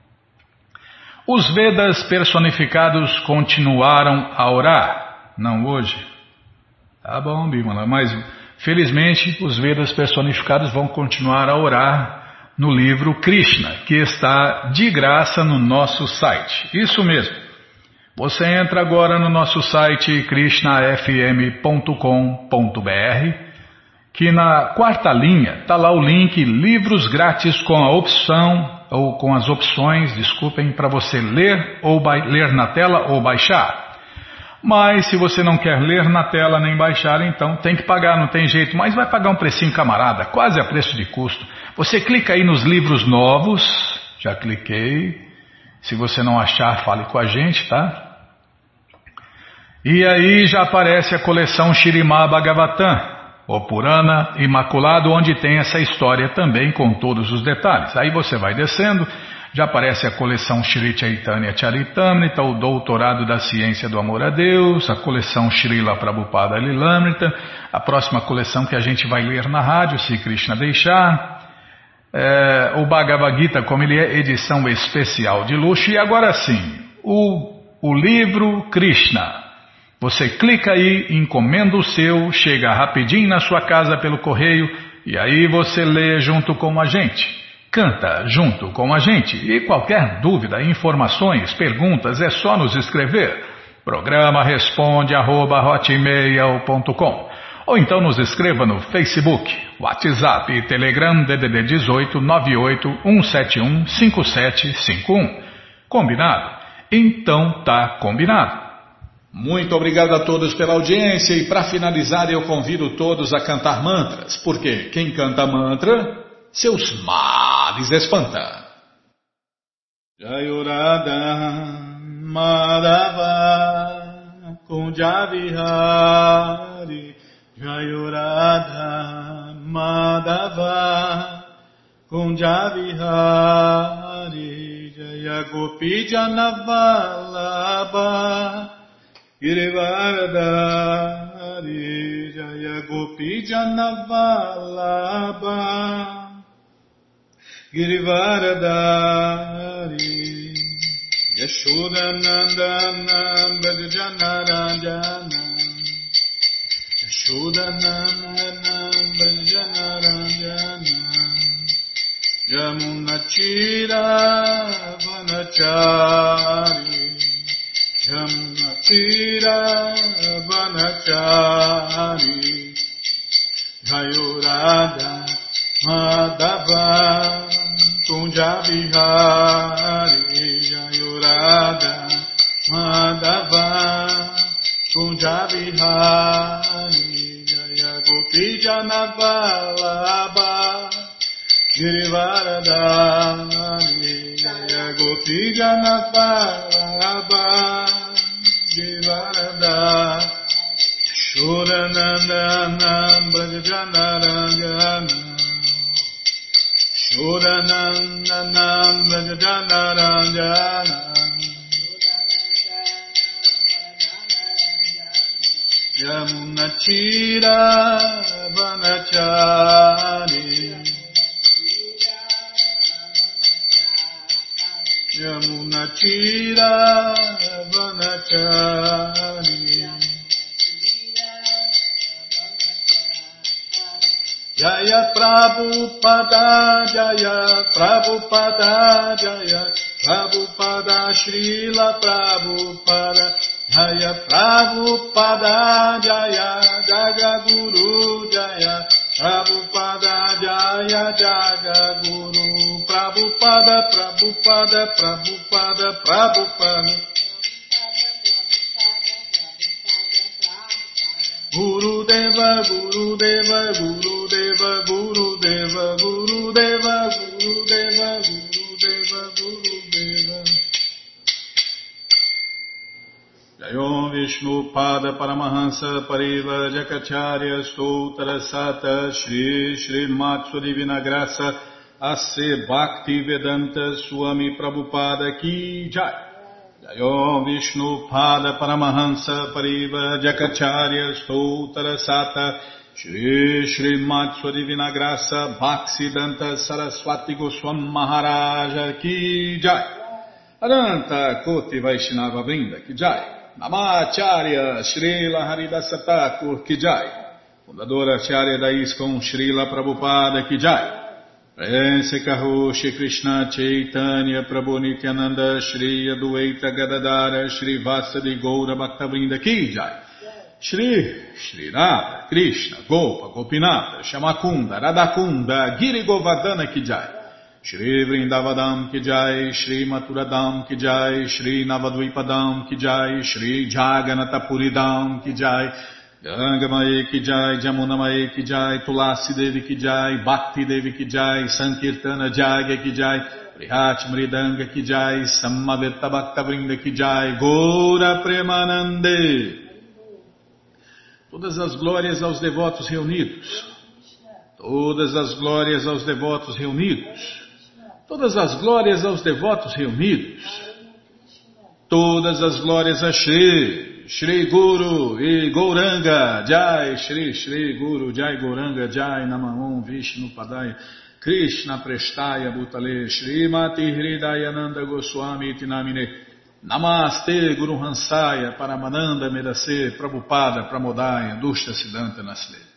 Os Vedas personificados continuaram a orar. Não hoje. Tá bom, Bimala, mas felizmente, os Vedas personificados vão continuar a orar no livro Krishna, que está de graça no nosso site. Isso mesmo. Você entra agora no nosso site krishna f m ponto com ponto b r, que na quarta linha está lá o link Livros Grátis com a opção, ou com as opções, desculpem, para você ler, ou ler na tela ou baixar. Mas se você não quer ler na tela nem baixar, então tem que pagar, não tem jeito. Mas vai pagar um precinho camarada, quase a preço de custo. Você clica aí nos livros novos, já cliquei. Se você não achar, fale com a gente, tá? E aí já aparece a coleção Śrīmad Bhagavatam, o Purana Imaculado, onde tem essa história também com todos os detalhes. Aí você vai descendo, já aparece a coleção Shri Chaitanya Charitamrita, o Doutorado da Ciência do Amor a Deus, a coleção Srila Prabhupada Lilamrita, a próxima coleção que a gente vai ler na rádio, se Krishna deixar, é, o Bhagavad Gita, como ele é, edição especial de luxo, e agora sim, o, o livro Krishna. Você clica aí, encomenda o seu, chega rapidinho na sua casa pelo correio, e aí você lê junto com a gente. Canta junto com a gente e qualquer dúvida, informações, perguntas é só nos escrever. Programa responde arroba hotmail ponto com ou então nos escreva no Facebook, WhatsApp e Telegram D D D dezoito nove oito um sete um cinco sete cinco um. Combinado? Então tá combinado. Muito obrigado a todos pela audiência e para finalizar eu convido todos a cantar mantras, porque quem canta mantra seus males espanta. Jayurada Madhava Kunjavihari Jayurada Madhava Kunjavihari Jaya Gopi Janavalabha Girivaradari Jaya Gopi Janavalabha Girivaradari Yashodanandana Bhajanarajana Yashodanandana Bhajanarajana Yamunachira Vanachari Yamunachira Vanachari Jayurada Madhava Kunjavihari Jayurada Madhava Kunjavihari Jaya Gopi Janavalabha Girivaradari Jaya Gopi Janavalabha Girivaradari Shodanandana Bhajanarajana Shodanandanam Bhajanarajana Yamunachira Vanachari Yamunachira Vanachari Jaya Prabhupada, Jaya Prabhupada, Jaya Prabhupada, Srila Prabhupada, Jaya Prabhupada, Jaya Jagaguru, Jaya Prabhupada, Jaya Jagaguru, Prabhupada, Prabhupada, Prabhupada, Prabhupada. Guru Deva, Guru Deva, Guru Deva, Guru Deva, Guru Deva, Guru Deva, Guru Deva, Guru Deva. Jayom Vishnu Pada Paramahansa Pariva Jakacharya Stoutra Sata Shri Shri Matsu Divina Graça Ase Bhakti Vedanta Swami Prabhupada Ki Jai. Jayom Vishnu Pada Paramahansa Pariva Jakacharya Stoutra Sata Shri Shri Matsu Divina Graça Bhaktisiddhanta Saraswati Goswami Maharaja Ki Jai. Adanta Koti Vaishnava Vrinda Ki Jai. Namacharya Srila Haridasa Thakur Ki Jai. Fundadora Acharya da ISKCON Srila Prabhupada Ki Jai. Prense Kaho Shri Krishna Chaitanya Prabhu Nityananda Shri Adueita Gadadara Shri Vasadi Goura Bhaktavrinda Ki Jai. Shri Shri Radha Krishna Gopa Gopinata Shamakunda Radakunda Giri Govardhana Ki Jai. Shri Vrindavadam Ki Jai, Shri Maturadam Ki Jai, Shri Navadvipadam Ki Jai, Shri Jaganatapuridam Ki Jai, Gangamaye Ki Jai, Jamunamaye Ki Jai, Tulasi Devi Ki Jai, Bhakti Devi Ki Jai, Sankirtana Jagya Ki Jai, Prihat Mridanga Ki Jai, Samaveta Bhaktavrinda Ki Jai, Gora Premanande Todas as glórias aos devotos reunidos. Todas as glórias aos devotos reunidos. Todas as glórias aos devotos reunidos. Todas as glórias a Shri, Shri Guru e Gauranga, Jai, Shri Shri Guru, Jai Gauranga, Jai Namaham Vishnu Padaya, Krishna Prestaya Bhutale, Shri Mati Hridayananda Goswami Tinamine, Namaste Guru Hansaya, Paramananda Medase, Prabhupada, Pramodaya, Dushya Siddhanta Nasle.